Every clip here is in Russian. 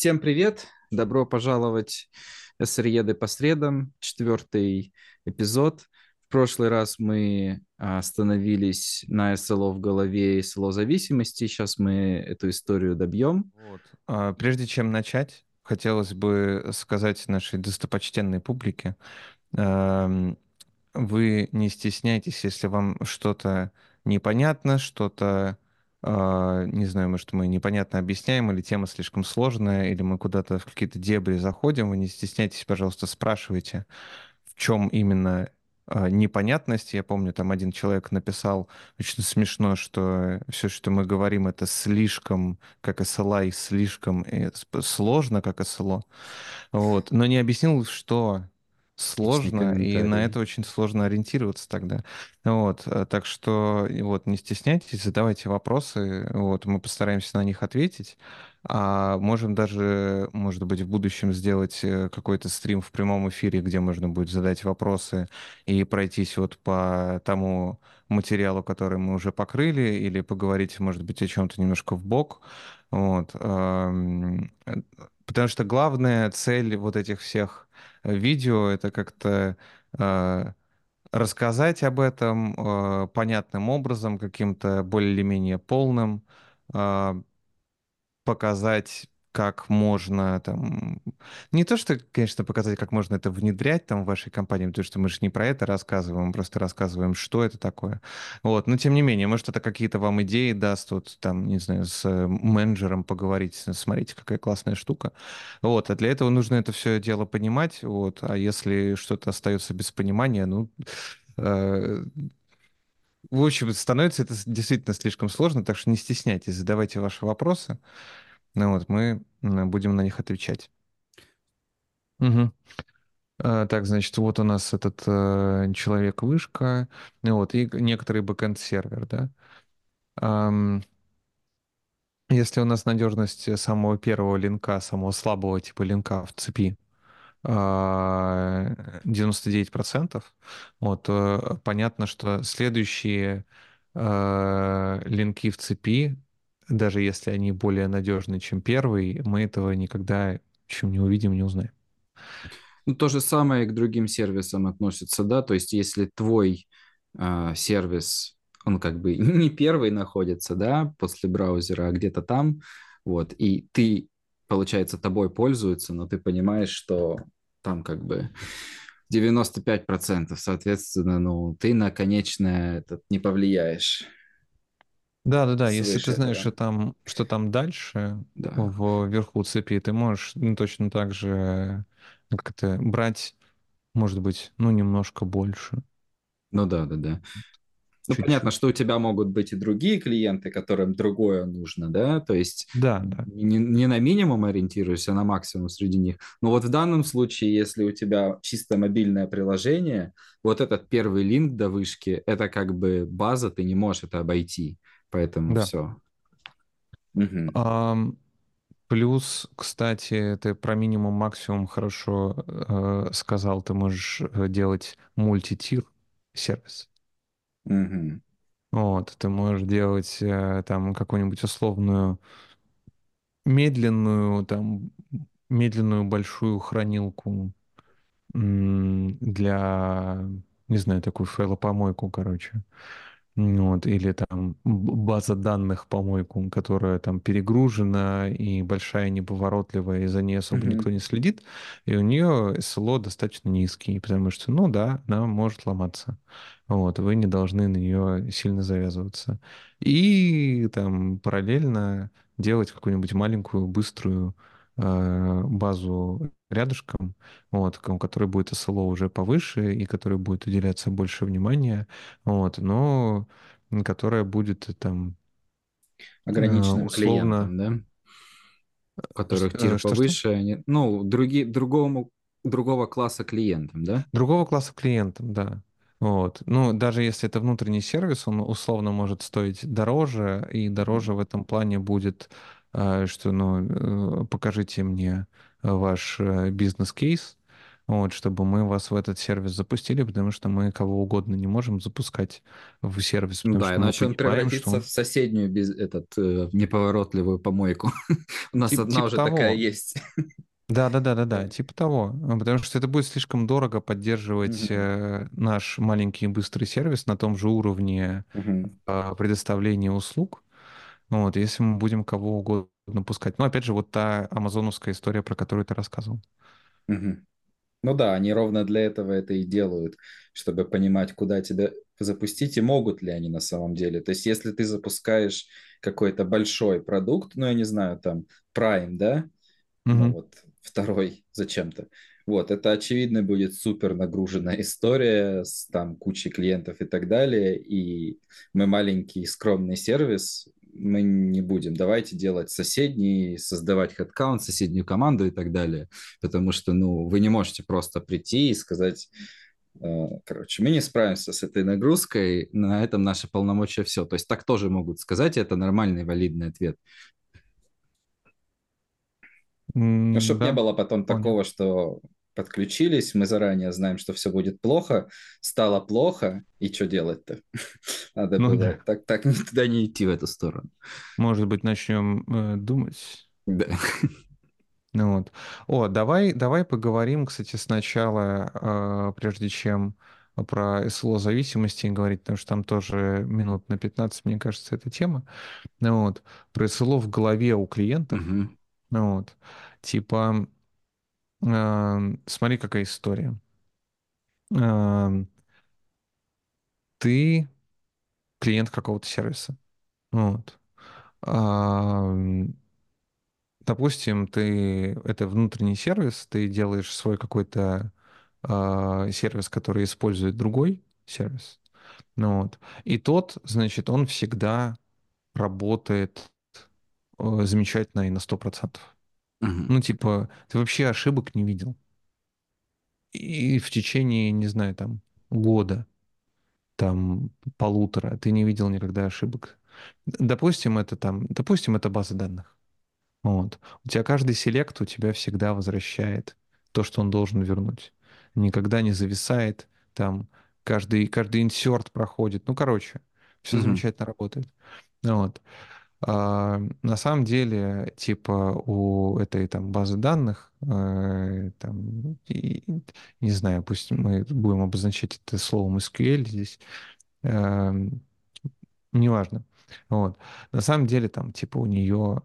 Всем привет! Добро пожаловать в среды по средам, четвертый эпизод. В прошлый раз мы остановились на СЛО в голове и СЛО зависимости. Сейчас мы эту историю добьем. Вот. Прежде чем начать, хотелось бы сказать нашей достопочтенной публике, эм, вы не стесняйтесь, если вам что-то непонятно, что-то, не знаю, может, мы непонятно объясняем, или тема слишком сложная, или мы куда-то в какие-то дебри заходим, вы не стесняйтесь, пожалуйста, спрашивайте, в чем именно непонятность. Я помню, там один человек написал очень смешно, что все, что мы говорим, это слишком как SLA и слишком сложно как SLO. Вот. Но не объяснил, что Отличный сложно, и на комментарий. это очень сложно ориентироваться тогда. Вот. Так что вот, не стесняйтесь, задавайте вопросы, вот, мы постараемся на них ответить. А можем даже, может быть, в будущем сделать какой-то стрим в прямом эфире, где можно будет задать вопросы и пройтись вот по тому материалу, который мы уже покрыли, или поговорить, может быть, о чем-то немножко в бок. Вот. Потому что главная цель вот этих всех видео — это как-то э, рассказать об этом понятным образом, каким-то более или менее полным, э, показать, как можно там... Не то, что, конечно, показать, как можно это внедрять там в вашей компании, потому что мы же не про это рассказываем, мы просто рассказываем, что это такое. Вот, но тем не менее, может, это какие-то вам идеи даст, вот там, не знаю, с менеджером поговорить, смотрите, какая классная штука. Вот, а для этого нужно это все дело понимать, вот, а если что-то остается без понимания, ну, э, в общем, становится это действительно слишком сложно, так что не стесняйтесь, задавайте ваши вопросы. Ну вот, мы будем на них отвечать. Мгм. Так, значит, вот у нас этот человек-вышка, ну вот, и некоторый бэкэнд-сервер, да. Ам, Если у нас надежность самого первого линка, самого слабого типа линка в цепи 99%, вот, понятно, что следующие линки в цепи, даже если они более надежны, чем первый, мы этого никогда чем не увидим, не узнаем. Ну, то же самое и к другим сервисам относится, да, то есть если твой сервис, он как бы не первый находится, да, после браузера, а где-то там, вот, и ты, получается, тобой пользуются, но ты понимаешь, что там как бы 95%, соответственно, ну, ты на конечное этот не повлияешь Да-да-да, если ты свыше знаешь, этого, что там дальше, да. вверху цепи, ты можешь точно так же как это, брать, может быть, ну, немножко больше, Ну да, да, да. Ну, понятно, чуть-чуть. что у тебя могут быть и другие клиенты, которым другое нужно, да, то есть Да, да. не на минимум ориентируешься, а на максимум среди них. Но вот в данном случае, если у тебя чисто мобильное приложение, вот этот первый линк до вышки, это как бы база, ты не можешь это обойти, поэтому Да. все. Мгм. Ам, Плюс, кстати, ты про минимум максимум хорошо сказал, ты можешь делать мультитир сервис. Мгм. Вот, ты можешь делать там какую-нибудь условную там медленную большую хранилку для, не знаю, такую файлопомойку, короче. Вот, или там база данных помойку, которая там перегружена и большая, неповоротливая, и за ней особо никто Мгм. не следит, и у нее СЛО достаточно низкий, потому что, ну да, она может ломаться. Вот, вы не должны на нее сильно завязываться. И там параллельно делать какую-нибудь маленькую, быструю базу рядышком, вот, у которой будет СЛО уже повыше и которой будет уделяться больше внимания, вот, но которая будет там Ограниченным условно... клиентам, да, у которых тир Что-что? повыше, ну, другого класса клиентам, да? Другого класса клиентам, да. Вот. Ну, даже если это внутренний сервис, он условно может стоить дороже, и дороже в этом плане будет, что, ну, покажите мне ваш бизнес-кейс, вот, чтобы мы вас в этот сервис запустили, потому что мы кого угодно не можем запускать в сервис, Ну потому да, что мы иначе он понимаем, что превратится он... в соседнюю неповоротливую помойку. У нас одна Типа уже такая того. есть. Да, Да. типа того. Потому что это будет слишком дорого поддерживать Мгм. наш маленький и быстрый сервис на том же уровне Мгм. предоставления услуг. Вот, если мы будем кого угодно пускать. Но опять же, вот та амазоновская история, про которую ты рассказывал. Мгм. Ну да, они ровно для этого это и делают, чтобы понимать, куда тебя запустить и могут ли они на самом деле. То есть, если ты запускаешь какой-то большой продукт, ну, я не знаю, там, Prime, да, ну, Мгм. вот второй зачем-то. Вот, это, очевидно, будет супер нагруженная история с там кучей клиентов и так далее, и мы маленький скромный сервис, мы не будем. Давайте делать соседний, создавать хедкаунт, соседнюю команду и так далее, потому что, ну, вы не можете просто прийти и сказать, короче, мы не справимся с этой нагрузкой, на этом наши полномочия все. То есть так тоже могут сказать, и это нормальный, валидный ответ. Ну, чтобы не Да, было потом вполне. такого, что подключились, мы заранее знаем, что все будет плохо, стало плохо, и что делать-то? Надо Ну было да. так туда не идти в эту сторону. Может быть, начнем думать. Да. Ну вот. О, давай поговорим, кстати, сначала, прежде чем про СЛО-зависимости говорить, потому что там тоже минут на 15, мне кажется, эта тема. Ну вот. Про СЛО в голове у клиентов. Мгм. Ну вот. Типа, смотри, какая история. Эм, Ты клиент какого-то сервиса. Вот. Ам, Допустим, ты это внутренний сервис, ты делаешь свой какой-то сервис, который использует другой сервис. Ну вот. И тот, значит, он всегда работает замечательно и на 100%. Мгм. Ну, типа, ты вообще ошибок не видел. И в течение, не знаю, там, года, там, полутора, ты не видел никогда ошибок. Допустим, это база данных. Вот. У тебя каждый селект у тебя всегда возвращает то, что он должен вернуть. Никогда не зависает, там каждый инсерт проходит. Ну, короче, все Мгм. замечательно работает. Вот. На самом деле, типа, у этой там базы данных, там, не знаю, пусть мы будем обозначать это словом SQL здесь, эм, неважно. Вот. На самом деле, там, типа, у нее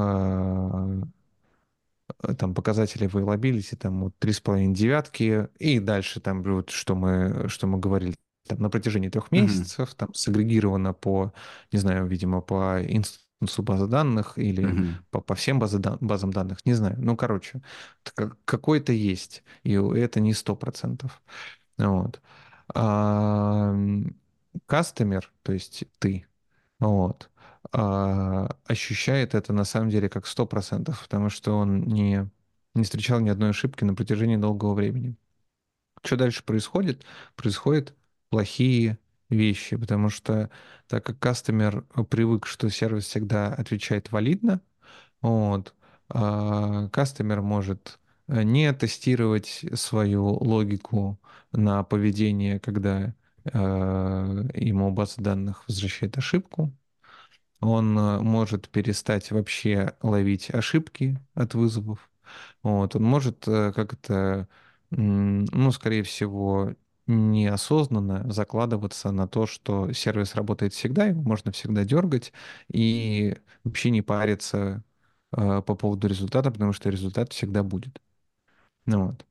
там показатели availability, там вот 3,5 девятки, и дальше там вот, что мы говорили, там на протяжении 3 месяцев, там сегрегировано по, не знаю, видимо, по инстансу базы данных или Мгм. по всем базам данных, не знаю. Ну, короче, какой-то есть, и это не 100%. Вот. А, Кастомер, то есть ты, вот, ощущает это на самом деле как 100%, потому что он не встречал ни одной ошибки на протяжении долгого времени. Что дальше происходит? Происходят плохие вещи, потому что так как кастомер привык, что сервис всегда отвечает валидно, вот, кастомер может не тестировать свою логику на поведение, когда ему база данных возвращает ошибку, он может перестать вообще ловить ошибки от вызовов. Вот. Он может как-то, ну, скорее всего, неосознанно закладываться на то, что сервис работает всегда, его можно всегда дергать, и вообще не париться по поводу результата, потому что результат всегда будет. Ну вот.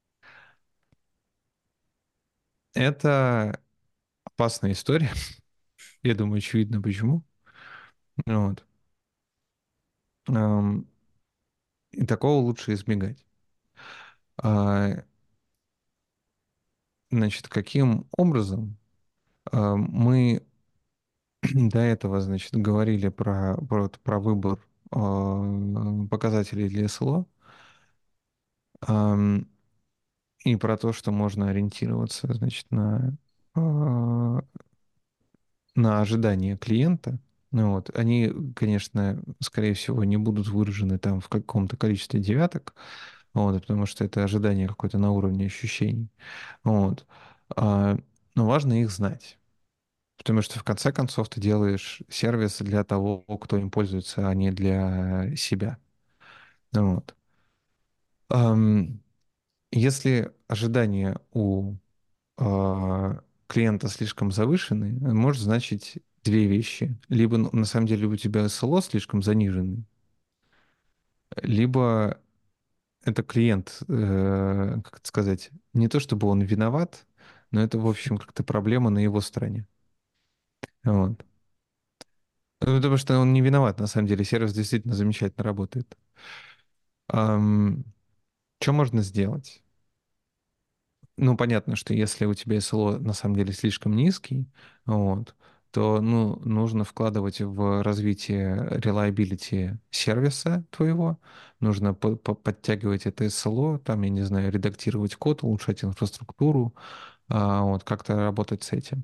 Это опасная история. Я думаю, очевидно почему. Вот. Ам, И такого лучше избегать. А, Значит, каким образом мы до этого, значит, говорили про выбор показателей для СЛО, и про то, что можно ориентироваться, значит, а, на ожидания клиента. Ну вот. Они, конечно, скорее всего, не будут выражены там в каком-то количестве девяток, вот, потому что это ожидание какое-то на уровне ощущений. Вот. А, но важно их знать. Потому что в конце концов ты делаешь сервис для того, кто им пользуется, а не для себя. Вот. Ам, Если ожидания у клиента слишком завышены, может значить две вещи. Либо на самом деле у тебя СЛО слишком заниженный, либо это клиент, как это сказать, не то чтобы он виноват, но это, в общем, как-то проблема на его стороне. Вот. Ну, потому что он не виноват, на самом деле. Сервис действительно замечательно работает. Что можно сделать? Ну, понятно, что если у тебя SLO на самом деле слишком низкий, вот, то ну, нужно вкладывать в развитие reliability сервиса твоего, нужно подтягивать это SLO, там, я не знаю, редактировать код, улучшать инфраструктуру, вот, как-то работать с этим.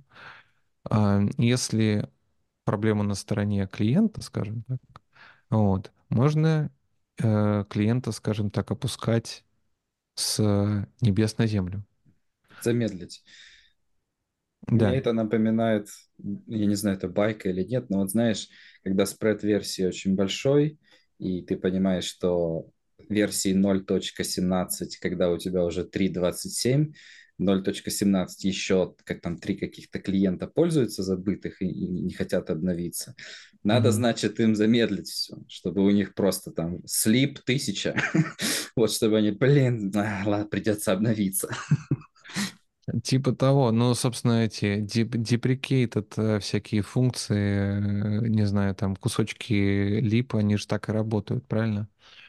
Если проблема на стороне клиента, скажем так, вот, можно клиента, скажем так, опускать с небес на землю. Замедлить. Мне Да. это напоминает, я не знаю, это байка или нет, но вот знаешь, когда спред версии очень большой, и ты понимаешь, что версии 0.17, когда у тебя уже 3.27, 0.17 еще, как там, три каких-то клиента пользуются забытых и не хотят обновиться. Надо, Мгм. значит, им замедлить все, чтобы у них просто там слип 1000, вот, чтобы они, блин, ладно, придется обновиться. Типа того, ну, собственно, эти deprecated всякие функции, не знаю, там кусочки липа, они же так и работают, правильно?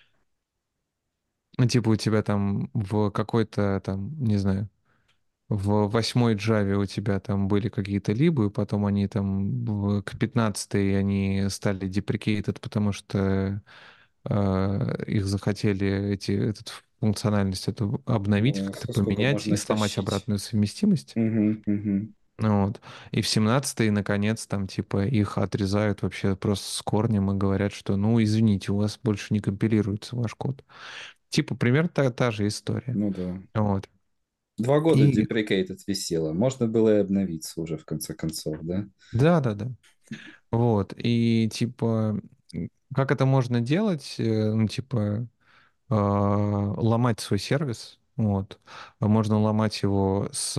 Ну, типа у тебя там в какой-то там, не знаю, в восьмой Java у тебя там были какие-то либы, потом они там к 15 они стали deprecated, потому что их захотели этот функциональность эту обновить, Ну, как-то сколько поменять можно и их сломать тащить? обратную совместимость. Мгм, мгм. Ну вот. И в 17-й, наконец, там, типа, их отрезают вообще просто с корнем и говорят, что, ну, извините, у вас больше не компилируется ваш код. Типа, примерно та же история. Ну да. Вот. 2 года И deprecated висело. Можно было и обновиться уже в конце концов, да? да. Вот. И, типа, как это можно делать? Ну, типа, ломать свой сервис. Вот. Можно ломать его с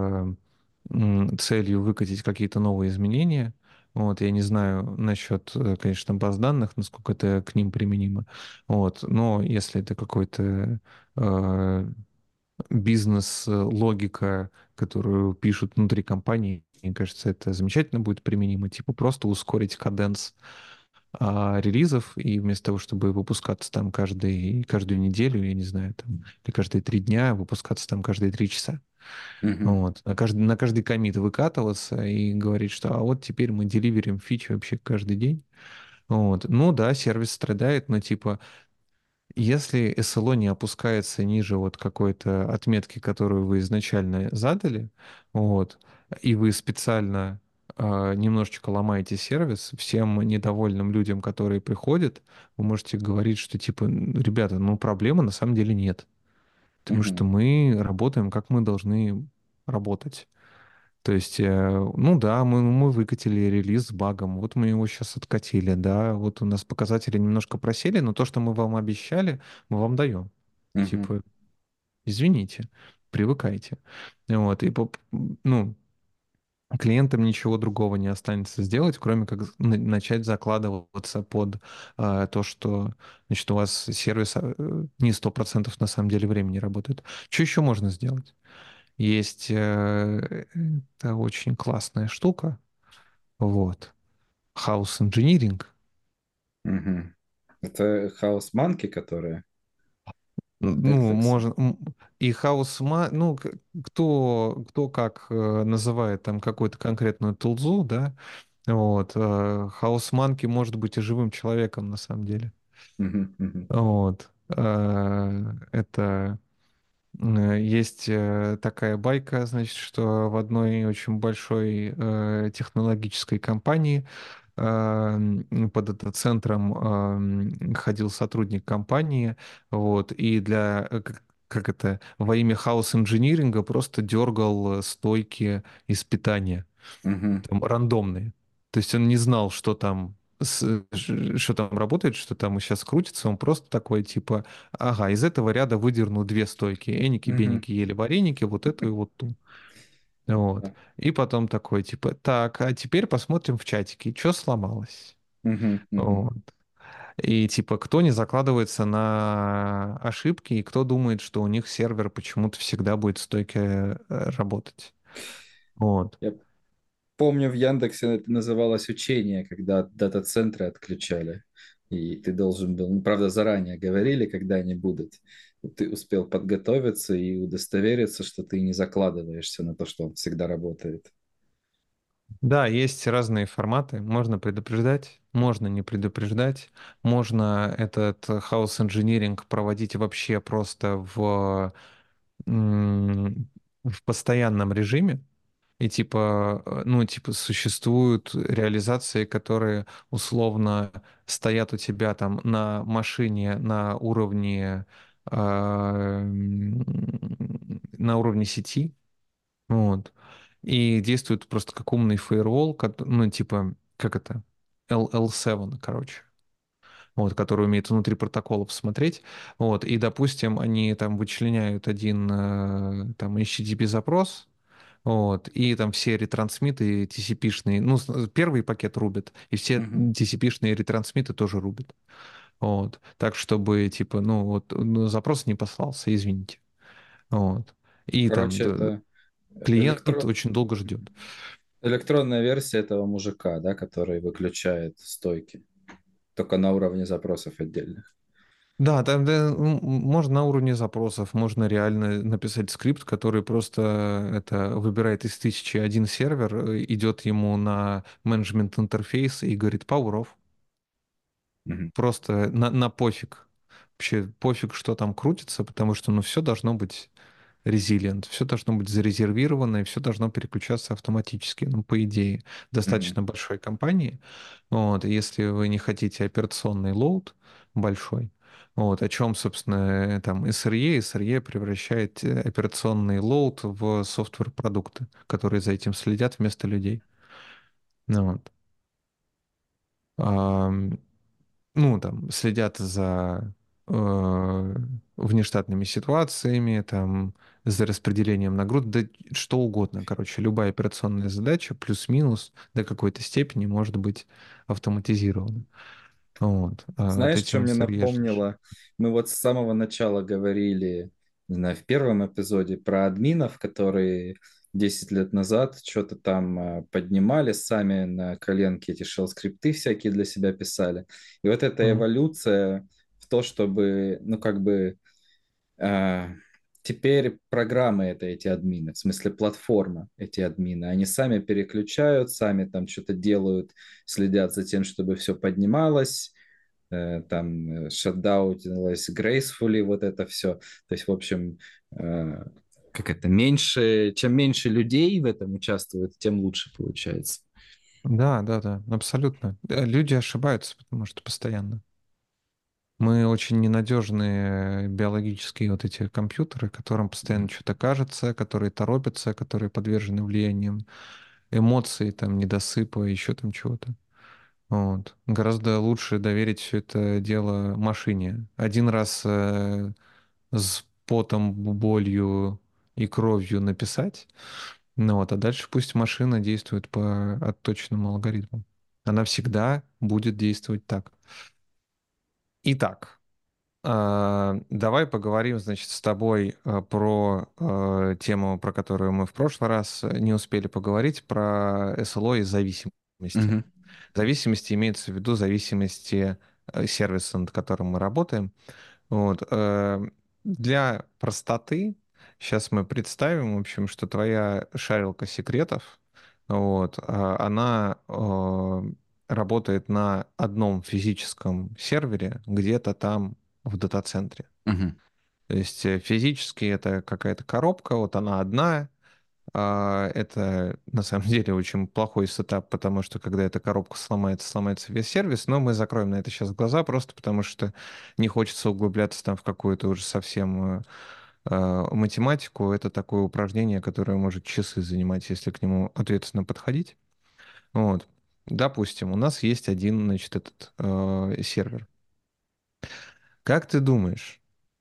целью выкатить какие-то новые изменения. Вот, я не знаю насчет, конечно, баз данных, насколько это к ним применимо. Вот, но если это какой-то э, бизнес-логика, которую пишут внутри компании, мне кажется, это замечательно будет применимо. Типа просто ускорить каденс релизов, и вместо того, чтобы выпускаться там каждую неделю, я не знаю, там, или каждые 3 дня, выпускаться там каждые 3 часа. Мгм, Вот. На каждый коммит выкатываться и говорить, что а вот теперь мы деливерим фичи вообще каждый день. Вот. Ну да, сервис страдает, но типа если SLO не опускается ниже вот какой-то отметки, которую вы изначально задали, вот, и вы специально немножечко ломаете сервис, всем недовольным людям, которые приходят, вы можете говорить, что типа, ребята, ну проблемы на самом деле нет, потому что мгм, мы работаем, как мы должны работать. То есть, ну да, мы выкатили релиз с багом, вот мы его сейчас откатили, да, вот у нас показатели немножко просели, но то, что мы вам обещали, мы вам даем. мгм, Типа, извините, привыкайте. Вот, и, ну, клиентам ничего другого не останется сделать, кроме как начать закладываться под то, что, значит, у вас сервис не 100% на самом деле времени работает. Что еще можно сделать? Есть это очень классная штука, вот, House Engineering. мгм. Это хаос манки, которые Ну, Netflix. можно, и House, ну, кто как называет там какую-то конкретную тулзу, да, вот, House Monkey может быть и живым человеком на самом деле. Мгм, мгм, Вот. Это есть такая байка, значит, что в одной очень большой технологической компании по дата-центрам ходил сотрудник компании, вот, и как это, во имя хаос-инжиниринга просто дергал стойки из питания, Мгм. там, рандомные. То есть он не знал, что там работает, что там сейчас крутится, он просто такой, типа, ага, из этого ряда выдерну две стойки, эники, Мгм. беники, ели вареники, вот эту и вот ту. Вот. Да. И потом такой, типа, так, а теперь посмотрим в чатике, что сломалось. Мгм. Мгм. Вот. И типа, кто не закладывается на ошибки, и кто думает, что у них сервер почему-то всегда будет стойко работать. Вот. Я помню, в Яндексе это называлось учение, когда дата-центры отключали. И ты должен был, ну, правда, заранее говорили, когда они будут. Ты успел подготовиться и удостовериться, что ты не закладываешься на то, что он всегда работает. Да, есть разные форматы. Можно предупреждать, можно не предупреждать. Можно этот хаос инжиниринг проводить вообще просто в постоянном режиме. И типа, ну, типа, существуют реализации, которые условно стоят у тебя там на машине на уровне сети, вот, и действуют просто как умный фаервол, ну, типа, как это, LL7, короче, вот, который умеет внутри протоколов смотреть, вот, и, допустим, они там вычленяют один там HTTP запрос, вот, и там все ретрансмиты TCP-шные, ну, первый пакет рубят, и все Мгм. TCP-шные ретрансмиты тоже рубят. Вот. Так, чтобы, типа, ну, вот, ну, запрос не послался, извините. Вот. И там Короче, это клиент электро- очень долго ждет. электронная версия этого мужика, да, который выключает стойки, только на уровне запросов отдельных. Да, там можно на уровне запросов, можно реально написать скрипт, который просто это выбирает из тысячи один сервер, идет ему на менеджмент интерфейс и говорит power off. Мгм. Просто на пофиг. Вообще пофиг, что там крутится, потому что ну, все должно быть резилиент, все должно быть зарезервировано, и все должно переключаться автоматически, ну, по идее, Мгм. достаточно большой компании. Вот, и если вы не хотите операционный лоуд большой, вот, о чем, собственно, там SRE, SRE превращает операционный лоуд в софтвер-продукты, которые за этим следят вместо людей. Ну вот. Ну, там, следят за внештатными ситуациями, там, за распределением нагруз, да что угодно, короче, любая операционная задача плюс-минус до какой-то степени может быть автоматизирована. Вот. А вот Знаешь, что этим мне сырьежничать. напомнило? Мы вот с самого начала говорили, не знаю, в первом эпизоде про админов, которые 10 лет назад что-то там поднимали, сами на коленке эти shell-скрипты всякие для себя писали. И вот эта Мгм. эволюция в то, чтобы, ну, как бы а, теперь программы это эти админы, в смысле платформа эти админы. Они сами переключают, сами там что-то делают, следят за тем, чтобы все поднималось, там шатдаунилось gracefully, вот это все. То есть, в общем, э, как это, меньше, чем меньше людей в этом участвует, тем лучше получается. Да, да, да, абсолютно. Люди ошибаются, потому что постоянно. Мы очень ненадежные биологические вот эти компьютеры, которым постоянно Мгм. что-то кажется, которые торопятся, которые подвержены влияниям эмоций, там, недосыпа, еще там чего-то. Вот. Гораздо лучше доверить все это дело машине. Один раз с потом, болью и кровью написать, ну вот, а дальше пусть машина действует по отточенному алгоритму. Она всегда будет действовать так. Итак, давай поговорим, значит, с тобой про тему, про которую мы в прошлый раз не успели поговорить, про СЛО и зависимости. Мгм. Зависимости имеется в виду зависимости сервиса, над которым мы работаем. Вот. Для простоты сейчас мы представим, в общем, что твоя шарилка секретов, вот, она работает на одном физическом сервере где-то там в дата-центре. Мгм. То есть физически это какая-то коробка, вот она одна, Это на самом деле очень плохой сетап, потому что когда эта коробка сломается, сломается весь сервис. Но мы закроем на это сейчас глаза, просто потому что не хочется углубляться там в какую-то уже совсем математику. Это такое упражнение, которое может часы занимать, если к нему ответственно подходить. Вот. Допустим, у нас есть один, значит, этот сервер. Как ты думаешь?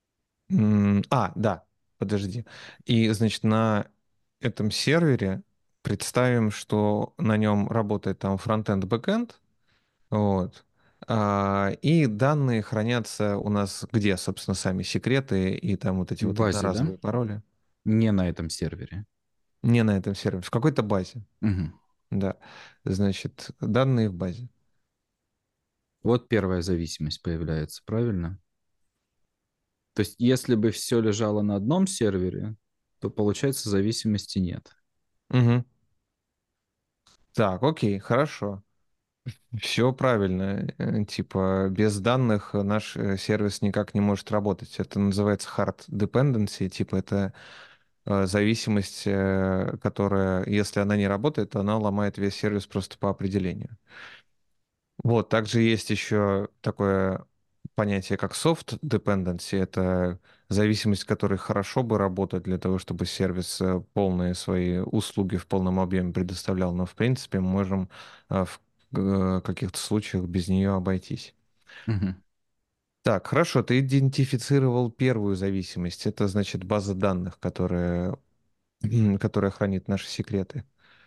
Да, подожди. И, значит, на этом сервере представим, что на нем работает там фронтенд, бэкенд, вот. И данные хранятся у нас где, собственно, сами секреты и там вот эти В вот базе, да? одноразовые пароли? Не на этом сервере. Не на этом сервере, в какой-то базе, Мгм. да. Значит, данные в базе. Вот первая зависимость появляется, правильно? То есть, если бы все лежало на одном сервере, то, получается, зависимости нет. Мгм. Так, окей, хорошо. Все правильно. Типа, без данных наш сервис никак не может работать. Это называется hard dependency. Типа, это зависимость, которая, если она не работает, то она ломает весь сервис просто по определению. Вот, также есть еще такое понятие, как soft dependency. Это зависимость, которой хорошо бы работать для того, чтобы сервис полные свои услуги в полном объеме предоставлял. Но, в принципе, мы можем в каких-то случаях без нее обойтись. Мгм. Так, хорошо, ты идентифицировал первую зависимость. Это, значит, база данных, которая хранит наши секреты.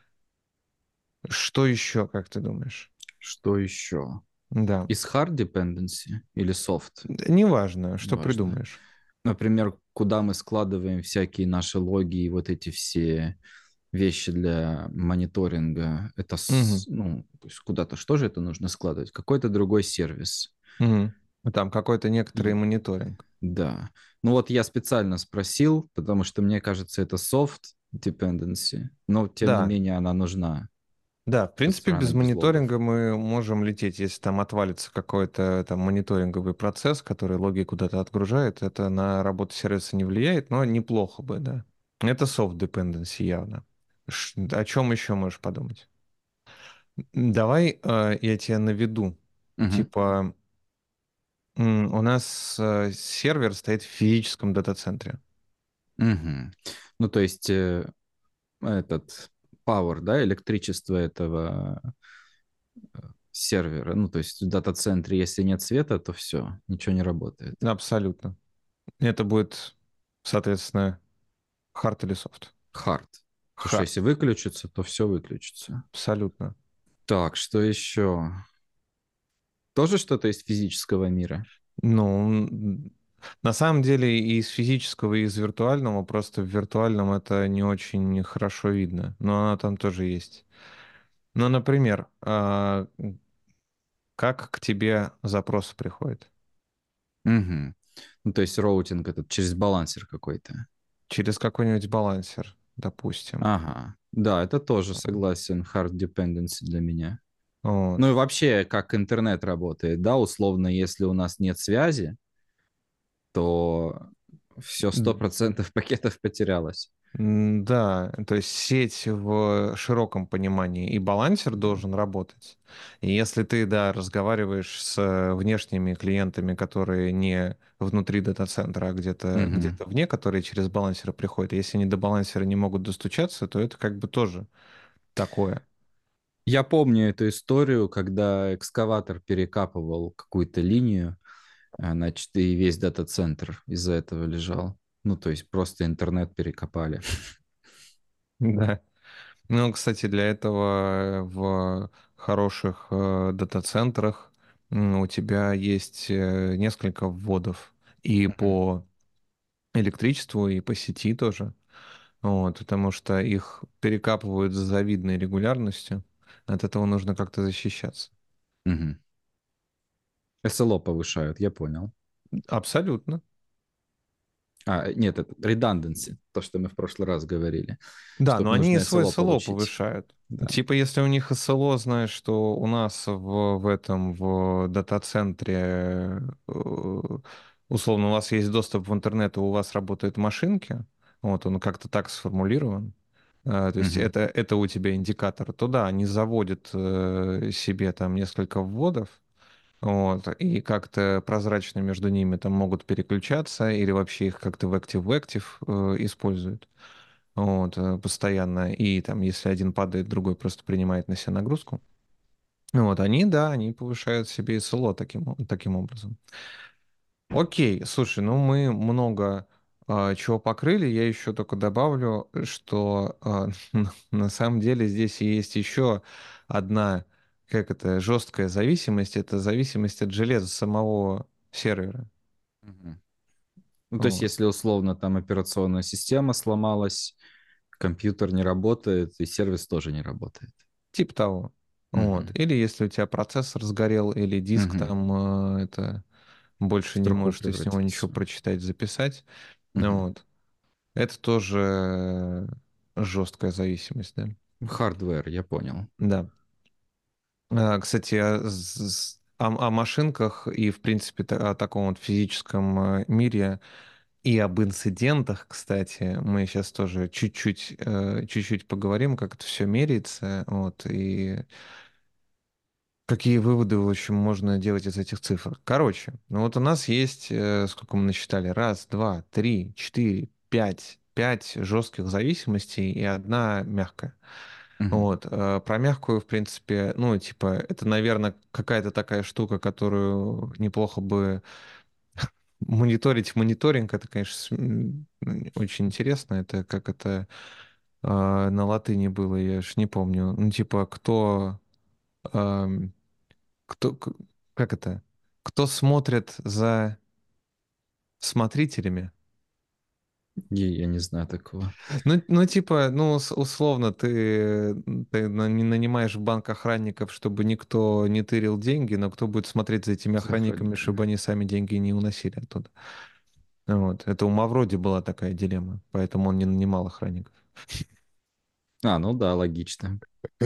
Что еще, как ты думаешь? Что еще? Да. Из hard dependency или soft? Неважно, что Неважно. придумаешь. Например, куда мы складываем всякие наши логи и вот эти все вещи для мониторинга. Это, Мгм. ну, то есть куда-то что же это нужно складывать? Какой-то другой сервис. Мгм. Там какой-то некоторый И мониторинг. да. Ну вот я специально спросил, потому что мне кажется, это soft dependency, но тем не Да, менее она нужна. да, в Со принципе, стороны без без логов. мониторинга мы можем лететь, если там отвалится какой-то там мониторинговый процесс, который логи куда-то отгружает, это на работу сервиса не влияет, но неплохо бы, да. Это soft dependency явно. О чем еще можешь подумать? Давай я тебя наведу. Мгм. Типа, у нас сервер стоит в физическом дата-центре. Мгм. Ну, то есть этот power, да, электричество этого сервера. Ну, то есть в дата-центре, если нет света, то все, ничего не работает. Абсолютно. Это будет, соответственно, hard или soft? Hard. Потому что Hard. если выключится, то все выключится. Абсолютно. Так, что еще? Тоже что-то из физического мира? Ну, на самом деле и из физического, и из виртуального, просто в виртуальном это не очень хорошо видно, но она там тоже есть. Ну, например, как к тебе запрос приходит? Мгм. Ну, то есть роутинг этот через балансер какой-то. Через какой-нибудь балансер, допустим. Ага. Да, это тоже согласен. Hard dependency для меня. Ну и Вот. вообще, как интернет работает, да, условно, если у нас нет связи, то все 100% пакетов потерялось. Да, то есть сеть в широком понимании и балансер Да. должен работать. И если ты, да, разговариваешь с внешними клиентами, которые не внутри дата-центра, а Мгм. где-то вне, которые через балансеры приходят, и если они до балансера не могут достучаться, то это как бы тоже такое. Я помню эту историю, когда экскаватор перекапывал какую-то линию, значит, и весь дата-центр из-за этого лежал. Ну, то есть просто интернет перекопали. Да. Ну, кстати, для этого в хороших дата-центрах у тебя есть несколько вводов и Мгм. по электричеству, и по сети тоже. Вот, потому что их перекапывают с завидной регулярностью. От этого нужно как-то защищаться. Мгм. СЛО повышают, я понял. Абсолютно. Нет, это redundancy, то, что мы в прошлый раз говорили, Да, чтобы но они и нужно свой СЛО СЛО получить. повышают. Да. Типа, если у них СЛО, знаешь, что у нас в дата-центре, условно, у вас есть доступ в интернет, и у вас работают машинки, вот он как-то так сформулирован, То есть Мгм. это у тебя индикатор, то да, они заводят себе там несколько вводов, вот, и как-то прозрачно между ними там могут переключаться или вообще их как-то в актив используют. Вот, постоянно. И там, если один падает, другой просто принимает на себя нагрузку. Вот, они, да, они повышают себе СЛО таким образом. Окей, слушай, ну мы много чего покрыли. Я еще только добавлю, что на самом деле здесь есть еще одна, как это, жесткая зависимость. Это зависимость от железа самого сервера. Мгм. Ну, то есть, Вот. если условно там операционная система сломалась, компьютер не работает, и сервис тоже не работает. Типа того. Вот. Мгм. Или если у тебя процессор сгорел, или диск Мгм. там это больше В не труху можешь ты с него ничего превратился. прочитать, записать. Мгм. Вот. Это тоже жесткая зависимость, да. Хардвер, я понял. Да. Кстати, о машинках и, в принципе, о таком вот физическом мире и об инцидентах, кстати, мы сейчас тоже чуть-чуть поговорим, как это все меряется, вот, и какие выводы, в общем, можно делать из этих цифр. Короче, ну вот у нас есть, сколько мы насчитали, раз, два, три, четыре, пять жестких зависимостей и одна мягкая. Мгм. Вот. Про мягкую, в принципе, ну, типа, это, наверное, какая-то такая штука, которую неплохо бы мониторить. Мониторинг, это, конечно, очень интересно. Это как это на латыни было, я ж не помню. Ну, типа, ам, кто, к- как это? Кто смотрит за смотрителями? Я не знаю такого. Ну, типа, ну, условно, ты не нанимаешь в банк охранников, чтобы никто не тырил деньги, но кто будет смотреть за этими За охранниками, чтобы охранниками. они сами деньги не уносили оттуда? Вот. Это у Мавроди была такая дилемма, поэтому он не нанимал охранников. А, ну да, логично.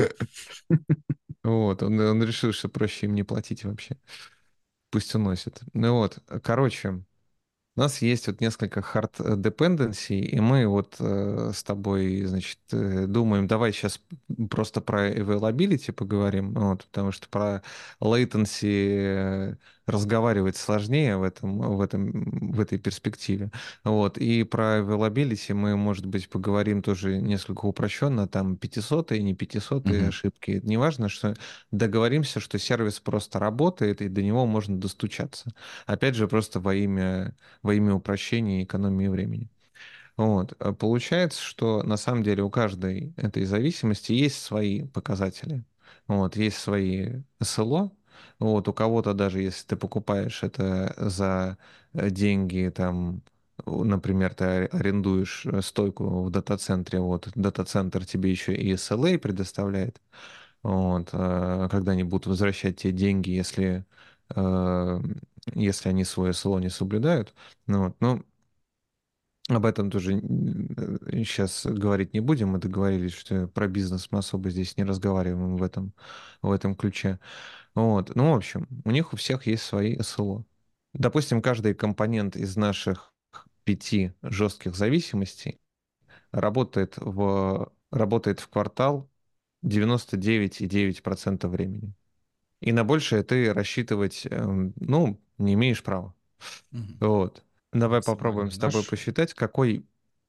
Вот, он решил, что проще им не платить вообще. Пусть уносит. Ну вот, короче, у нас есть вот несколько hard dependency, и мы вот с тобой, значит, думаем, давай сейчас просто про availability поговорим, вот, потому что про latency разговаривать сложнее в этой перспективе. Вот, и про availability мы, может быть, поговорим тоже несколько упрощенно, там 500 не 500 Мгм. ошибки. Неважно, что договоримся, что сервис просто работает, и до него можно достучаться. Опять же, просто во имя упрощения и экономии времени. Вот. Получается, что на самом деле у каждой этой зависимости есть свои показатели. Вот, есть свои СЛО. Вот, у кого-то даже если ты покупаешь это за деньги, там, например, ты арендуешь стойку в дата-центре, вот, дата-центр тебе еще и SLA предоставляет, вот, когда они будут возвращать тебе деньги, э, если они свое СЛО не соблюдают. Ну, вот, ну, об этом тоже сейчас говорить не будем. Мы договорились, что про бизнес мы особо здесь не разговариваем в этом ключе. Вот. Ну, в общем, у них у всех есть свои СЛО. Допустим, каждый компонент из наших 5 жестких зависимостей работает в квартал 99,9% времени. И на большее ты рассчитывать, ну, не имеешь права. Мгм. Вот. Давай попробуем Максимальный с тобой наш. посчитать, какой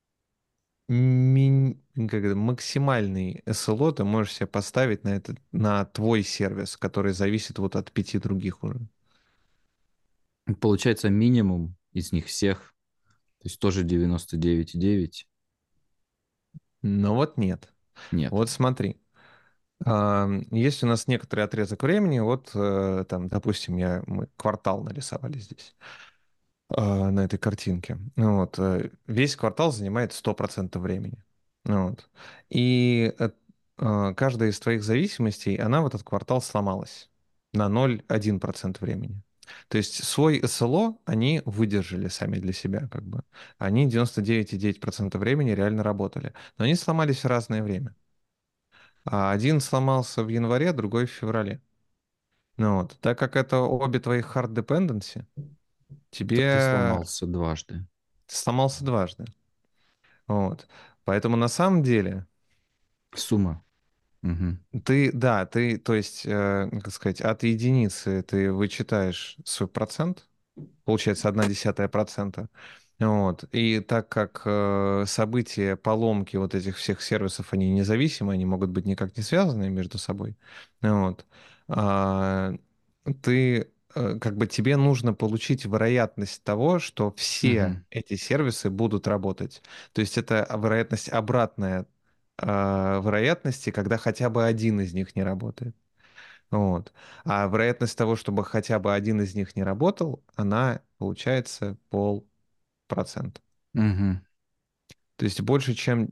как это, максимальный СЛО ты можешь себе поставить на твой сервис, который зависит вот от 5 других уже. Получается минимум из них всех. То есть тоже 99,9. Но вот нет. Нет. Вот смотри. Есть у нас некоторый отрезок времени, вот там, допустим, мы квартал нарисовали здесь. На этой картинке. Ну вот. Весь квартал занимает 100% времени. Ну вот. И каждая из твоих зависимостей, она в этот квартал сломалась на 0,1% времени. То есть свой СЛО они выдержали сами для себя, как бы. Они 99,9% времени реально работали. Но они сломались в разное время. А один сломался в январе, другой в феврале. Ну вот. Так как это обе твоих hard dependency, То ты тебе сломался дважды. сломался дважды. Вот. Поэтому на самом деле, Сумма. Мгм. Ты, да, ты, то есть, как сказать, от единицы ты вычитаешь свой процент, получается 0,1%. Вот. И так как события поломки вот этих всех сервисов, они независимы, они могут быть никак не связаны между собой, вот, а, ты, как бы тебе нужно получить вероятность того, что все Мгм. эти сервисы будут работать. То есть это вероятность обратная вероятности, когда хотя бы один из них не работает. Вот. А вероятность того, чтобы хотя бы один из них не работал, она получается 0,5%. Мгм. То есть больше, чем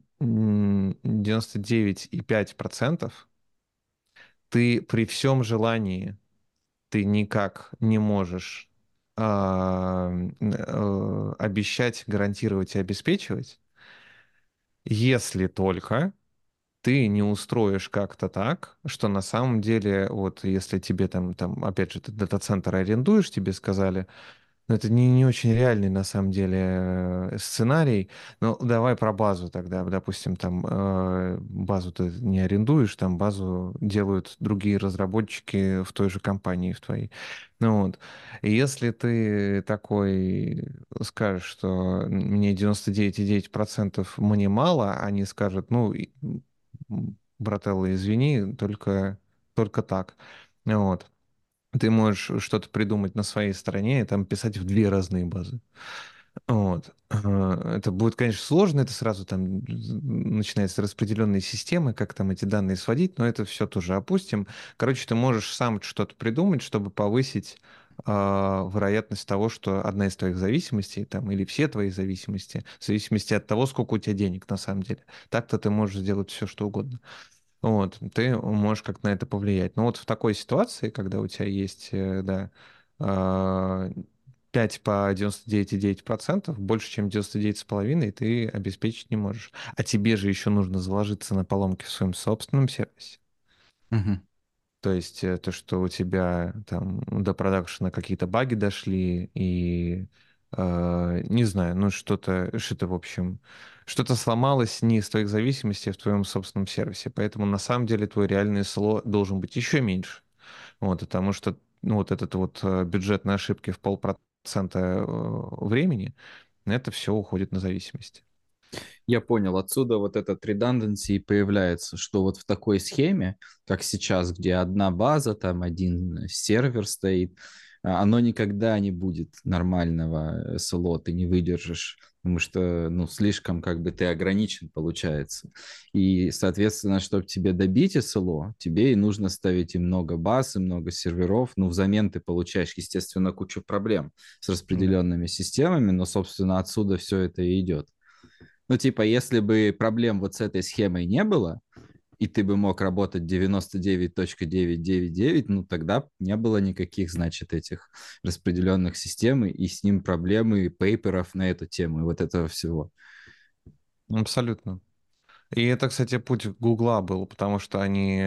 99,5% ты при всем желании, ты никак не можешь обещать, гарантировать и обеспечивать, если только ты не устроишь как-то так, что на самом деле, вот если тебе там опять же, ты дата-центр арендуешь, тебе сказали, ну, это не очень реальный, на самом деле, сценарий. Ну, давай про базу тогда. Допустим, там базу ты не арендуешь, там базу делают другие разработчики в той же компании в твоей. Ну вот. И если ты такой скажешь, что мне 99,9% мне мало, они скажут, ну, брателло, извини, только так. Вот. Ты можешь что-то придумать на своей стороне и там писать в две разные базы. Вот. Это будет, конечно, сложно, это сразу там начинаются распределенные системы, как там эти данные сводить, но это все тоже опустим. Короче, ты можешь сам что-то придумать, чтобы повысить вероятность того, что одна из твоих зависимостей, там, или все твои зависимости, в зависимости от того, сколько у тебя денег на самом деле. Так-то ты можешь сделать все, что угодно. Вот, ты можешь как-то на это повлиять. Но вот в такой ситуации, когда у тебя есть, да, а, 5 по 99,9%, больше, чем 99,5%, ты обеспечить не можешь. А тебе же еще нужно заложиться на поломки в своем собственном сервисе. Мгм. То есть то, что у тебя там до продакшена какие-то баги дошли, и не знаю, ну что-то, в общем, что-то сломалось не из твоих зависимостей, а в твоем собственном сервисе. Поэтому на самом деле твой реальный СЛО должен быть еще меньше. Вот, потому что ну, вот этот вот бюджет на ошибки в 0,5% времени, это все уходит на зависимости. Я понял, отсюда вот этот redundancy и появляется, что вот в такой схеме, как сейчас, где одна база, там один сервер стоит, оно никогда не будет нормального СЛО, ты не выдержишь, потому что, ну, слишком как бы ты ограничен, получается. И, соответственно, чтобы тебе добить СЛО, тебе и нужно ставить и много баз, и много серверов, ну, взамен ты получаешь, естественно, кучу проблем с Да. распределенными системами, но, собственно, отсюда все это и идет. Ну, типа, если бы проблем вот с этой схемой не было, и ты бы мог работать 99,999, ну, тогда б не было никаких, значит, этих распределенных систем, и с ним проблемы пейперов на эту тему, и вот этого всего. Абсолютно. И это, кстати, путь Гугла был, потому что они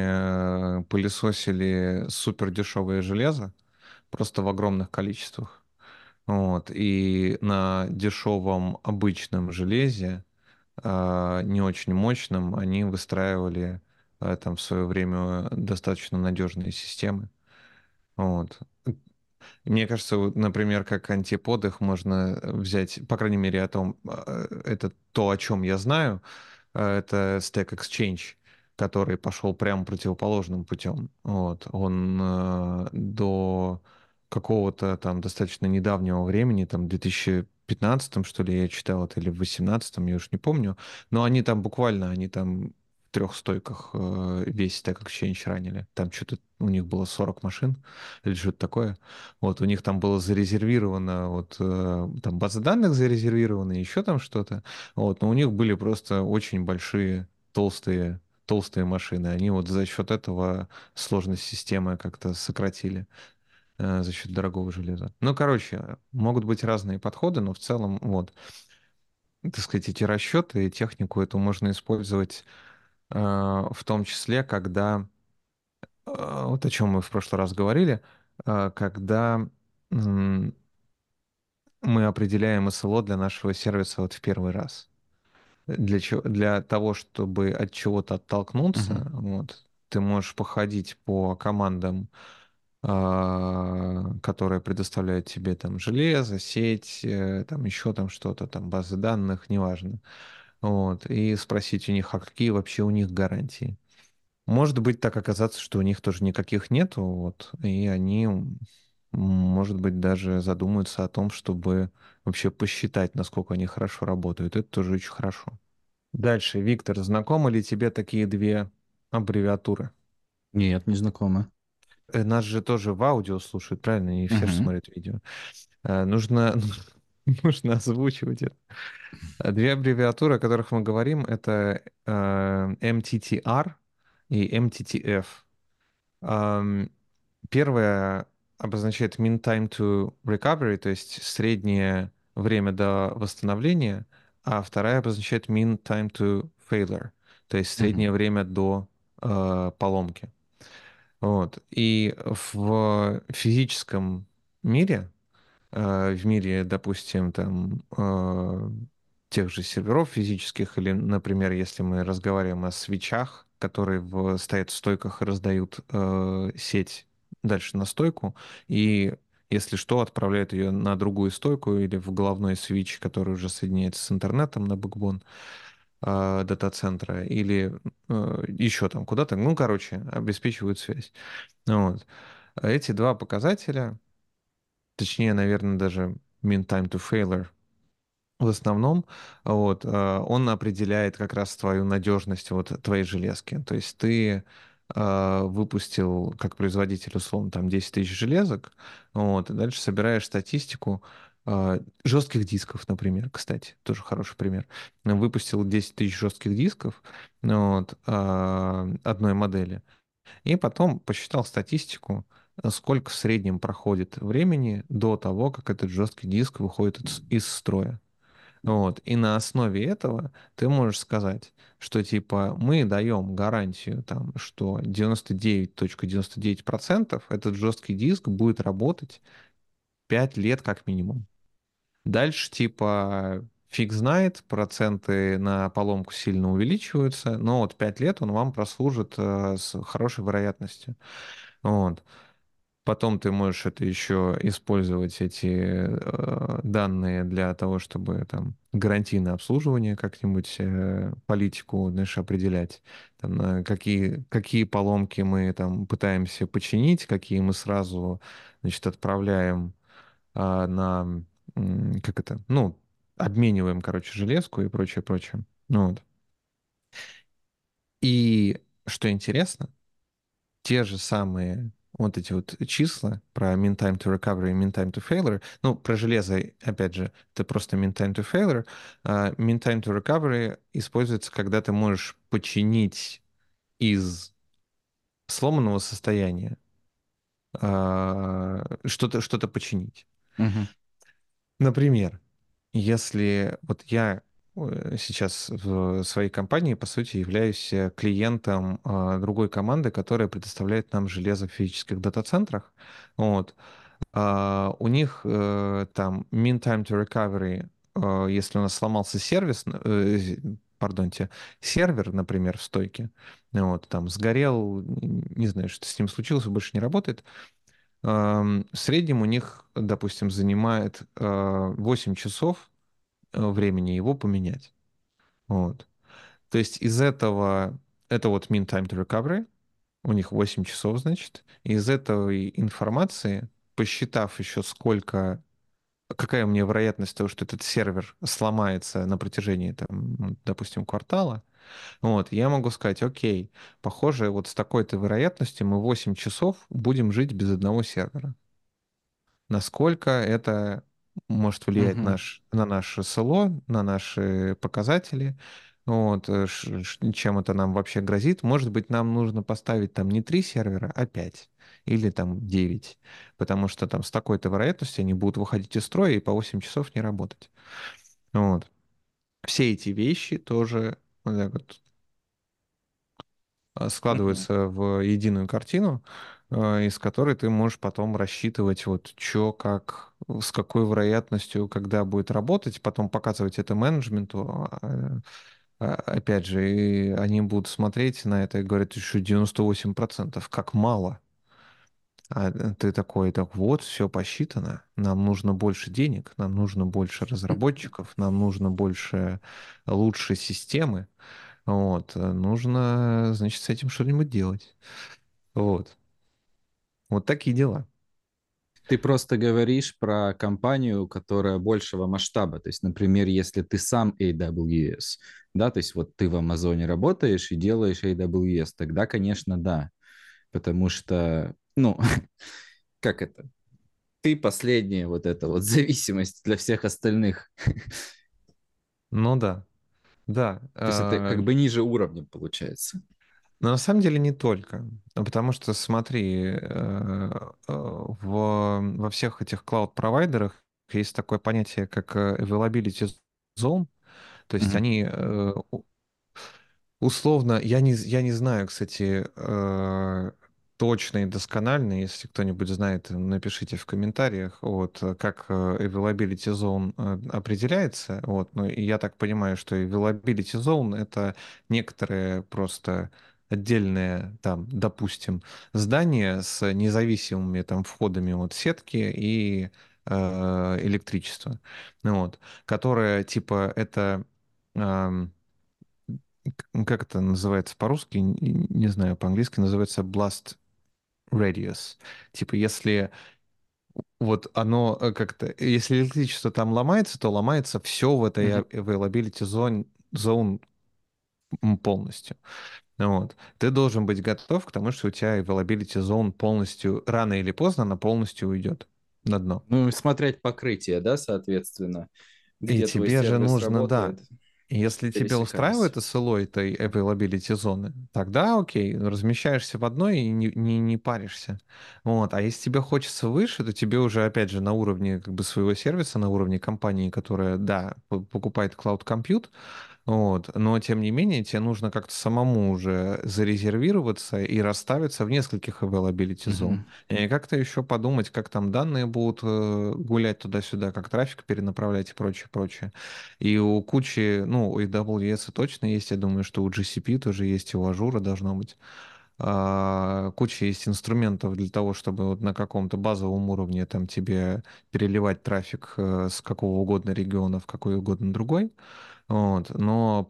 пылесосили супер дешевое железо, просто в огромных количествах. Вот. И на дешевом обычном железе, не очень мощном, они выстраивали там в свое время достаточно надежные системы. Вот. Мне кажется, вот, например, как антипод их можно взять, по крайней мере, о том, это то, о чем я знаю, это Stack Exchange, который пошел прямо противоположным путем. Вот. Он до какого-то там достаточно недавнего времени, там, в 2015, что ли, я читал это, или в 2018, я уж не помню, но они там буквально, они там в трех стойках весь Stack Exchange ранили. Там что-то у них было 40 машин или что-то такое. Вот, у них там было зарезервировано, вот, там база данных зарезервирована, еще там что-то. Вот, но у них были просто очень большие, толстые машины. Они вот за счет этого сложность системы как-то сократили, за счет дорогого железа. Ну, короче, могут быть разные подходы, но в целом, вот, так сказать, эти расчеты и технику эту можно использовать в том числе, когда, вот о чем мы в прошлый раз говорили, когда мы определяем СЛО для нашего сервиса вот в первый раз. для того, чтобы от чего-то Мгм. оттолкнуться, вот, ты можешь походить по командам, которые предоставляют тебе там железо, сеть, там еще там что-то, там базы данных, неважно. Вот, и спросить у них, а какие вообще у них гарантии. Может быть, так оказаться, что у них тоже никаких нету, вот, и они, может быть, даже задумаются о том, чтобы вообще посчитать, насколько они хорошо работают. Это тоже очень хорошо. Дальше, Виктор, знакомы ли тебе такие две аббревиатуры? Нет, не знакомо. Нас же тоже в аудио слушают, правильно? Не все же Мгм. смотрят видео. Нужно, нужно озвучивать это. Две аббревиатуры, о которых мы говорим, это MTTR и MTTF. Ам, Первое обозначает mean time to recovery, то есть среднее время до восстановления, а вторая обозначает mean time to failure, то есть Мгм. среднее время до поломки. Вот. И в физическом мире, в мире, допустим, там тех же серверов физических, или, например, если мы разговариваем о свечах, которые стоят в стойках и раздают сеть дальше на стойку, и если что, отправляют ее на другую стойку или в головной свич, который уже соединяется с интернетом на бэкбон дата-центра, или еще там куда-то, ну, короче, обеспечивают связь. Вот. А эти два показателя, точнее, наверное, даже mean time to failure, в основном, вот, он определяет как раз твою надежность вот твоей железки. То есть ты выпустил как производитель, условно, там 10 тысяч железок, вот, и дальше собираешь статистику жестких дисков, например, кстати, тоже хороший пример. Выпустил 10 тысяч жестких дисков, ну вот, одной модели, и потом посчитал статистику, сколько в среднем проходит времени до того, как этот жесткий диск выходит из строя. Вот. И на основе этого ты можешь сказать, что типа мы даем гарантию, там, что 99,99% этот жесткий диск будет работать 5 лет как минимум. Дальше типа фиг знает, проценты на поломку сильно увеличиваются, но вот 5 лет он вам прослужит с хорошей вероятностью. Вот. Потом ты можешь это еще использовать, эти данные для того, чтобы там гарантийное обслуживание как-нибудь, политику, знаешь, определять. Там, какие поломки мы там пытаемся починить, какие мы сразу, значит, отправляем как это, ну, обмениваем, короче, железку и прочее, прочее. Ну вот. И что интересно, те же самые вот эти вот числа про mean time to recovery и mean time to failure, ну, про железо, опять же, это просто mean time to failure, mean time to recovery используется, когда ты можешь починить из сломанного состояния что-то починить. Мгм. Например, если вот я сейчас в своей компании, по сути, являюсь клиентом другой команды, которая предоставляет нам железо в физических дата-центрах. Вот. У них там mean time to recovery, если у нас сломался пардонте, сервер, например, в стойке, вот, там сгорел, не знаю, что с ним случилось, больше не работает, в среднем у них, допустим, занимает 8 часов времени его поменять. Вот. То есть из этого, это вот mean time to recovery, у них 8 часов, значит, и из этой информации, посчитав еще сколько, какая у меня вероятность того, что этот сервер сломается на протяжении, там, ну, допустим, квартала, вот, я могу сказать, окей, похоже, вот с такой-то вероятностью мы 8 часов будем жить без одного сервера. Насколько это может влиять Мгм. на наше СЛО, на наши показатели, вот, чем это нам вообще грозит. Может быть, нам нужно поставить там не 3 сервера, а 5 или там 9, потому что там с такой-то вероятностью они будут выходить из строя и по 8 часов не работать. Вот. Все эти вещи тоже вот так вот, Мгм. складываются в единую картину, из которой ты можешь потом рассчитывать, вот, что, как, с какой вероятностью, когда будет работать, потом показывать это менеджменту. Опять же, и они будут смотреть на это и говорят, еще 98%, как мало. Ты такой, так вот, все посчитано, нам нужно больше денег, нам нужно больше разработчиков, нам нужно больше лучшей системы, вот, нужно, значит, с этим что-нибудь делать. Вот. Вот такие дела. Ты просто говоришь про компанию, которая большего масштаба. То есть, например, если ты сам AWS, да, то есть вот ты в Амазоне работаешь и делаешь AWS, тогда, конечно, да. Потому что, ну, как это? Ты последняя вот эта вот зависимость для всех остальных. Ну да, да. То есть это как бы ниже уровня получается. Но на самом деле не только. Потому что, смотри, во всех этих клауд-провайдерах есть такое понятие, как availability zone. То есть Мгм. они условно, я не знаю, кстати, точно и досконально, если кто-нибудь знает, напишите в комментариях, вот, как availability zone определяется, вот, ну, и я так понимаю, что availability zone — это некоторые просто отдельные, там, допустим, здания с независимыми там входами от сетки и электричества, ну вот, которое, типа, это как это называется по-русски, не знаю, по-английски называется blast radius. Типа, если вот оно как-то, если электричество там ломается, то ломается все в этой Мгм. availability zone полностью. Вот. Ты должен быть готов к тому, что у тебя availability zone полностью, рано или поздно, она полностью уйдет на дно. Ну, и смотреть покрытие, да, соответственно, И где твой тебе же сервис нужно, да. работает, Если тебя пересекаясь. устраивает SLO этой availability зоны, тогда окей, размещаешься в одной и не паришься. Вот. А если тебе хочется выше, то тебе уже, опять же, на уровне как бы своего сервиса, на уровне компании, которая, да, покупает Cloud Compute, вот. Но, тем не менее, тебе нужно как-то самому уже зарезервироваться и расставиться в нескольких availability зон. Мгм. И как-то еще подумать, как там данные будут гулять туда-сюда, как трафик перенаправлять и прочее, прочее. И у кучи, ну, у AWS точно есть, я думаю, что у GCP тоже есть, и у Ажура должно быть. Куча есть инструментов для того, чтобы вот на каком-то базовом уровне там тебе переливать трафик с какого угодно региона в какой угодно другой. Вот. Но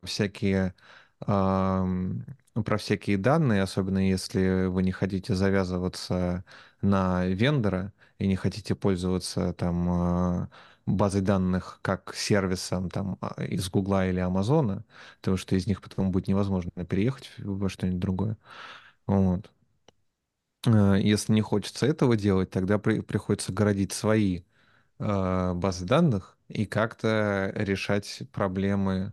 про всякие данные, особенно если вы не хотите завязываться на вендора и не хотите пользоваться там базой данных как сервисом там из Гугла или Амазона, потому что из них потом будет невозможно переехать во что-нибудь другое. Вот. Если не хочется этого делать, тогда приходится городить свои базы данных и как-то решать проблемы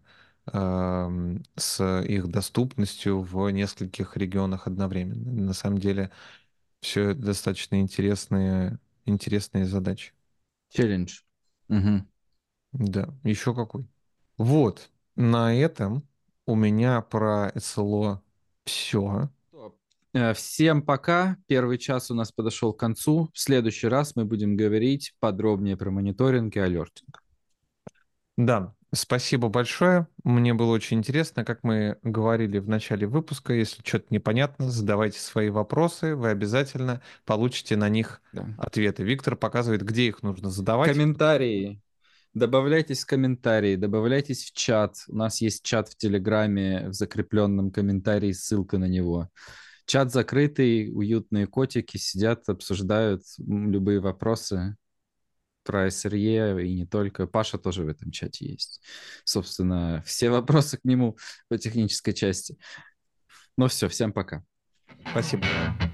с их доступностью в нескольких регионах одновременно. На самом деле все это достаточно интересные задачи. Челлендж. Мгм. Да, еще какой. Вот, на этом у меня про СЛО все. Топ. Всем пока. Первый час у нас подошел к концу. В следующий раз мы будем говорить подробнее про мониторинг и алертинг. Да, спасибо большое. Мне было очень интересно, как мы говорили в начале выпуска. Если что-то непонятно, задавайте свои вопросы. Вы обязательно получите на них Да. ответы. Виктор показывает, где их нужно задавать. Комментарии. Добавляйтесь в комментарии, добавляйтесь в чат. У нас есть чат в Телеграме, в закрепленном комментарии, ссылка на него. Чат закрытый, уютные котики сидят, обсуждают любые вопросы про SRE и не только. Паша тоже в этом чате есть. Собственно, все вопросы к нему по технической части. Ну все, всем пока. Спасибо.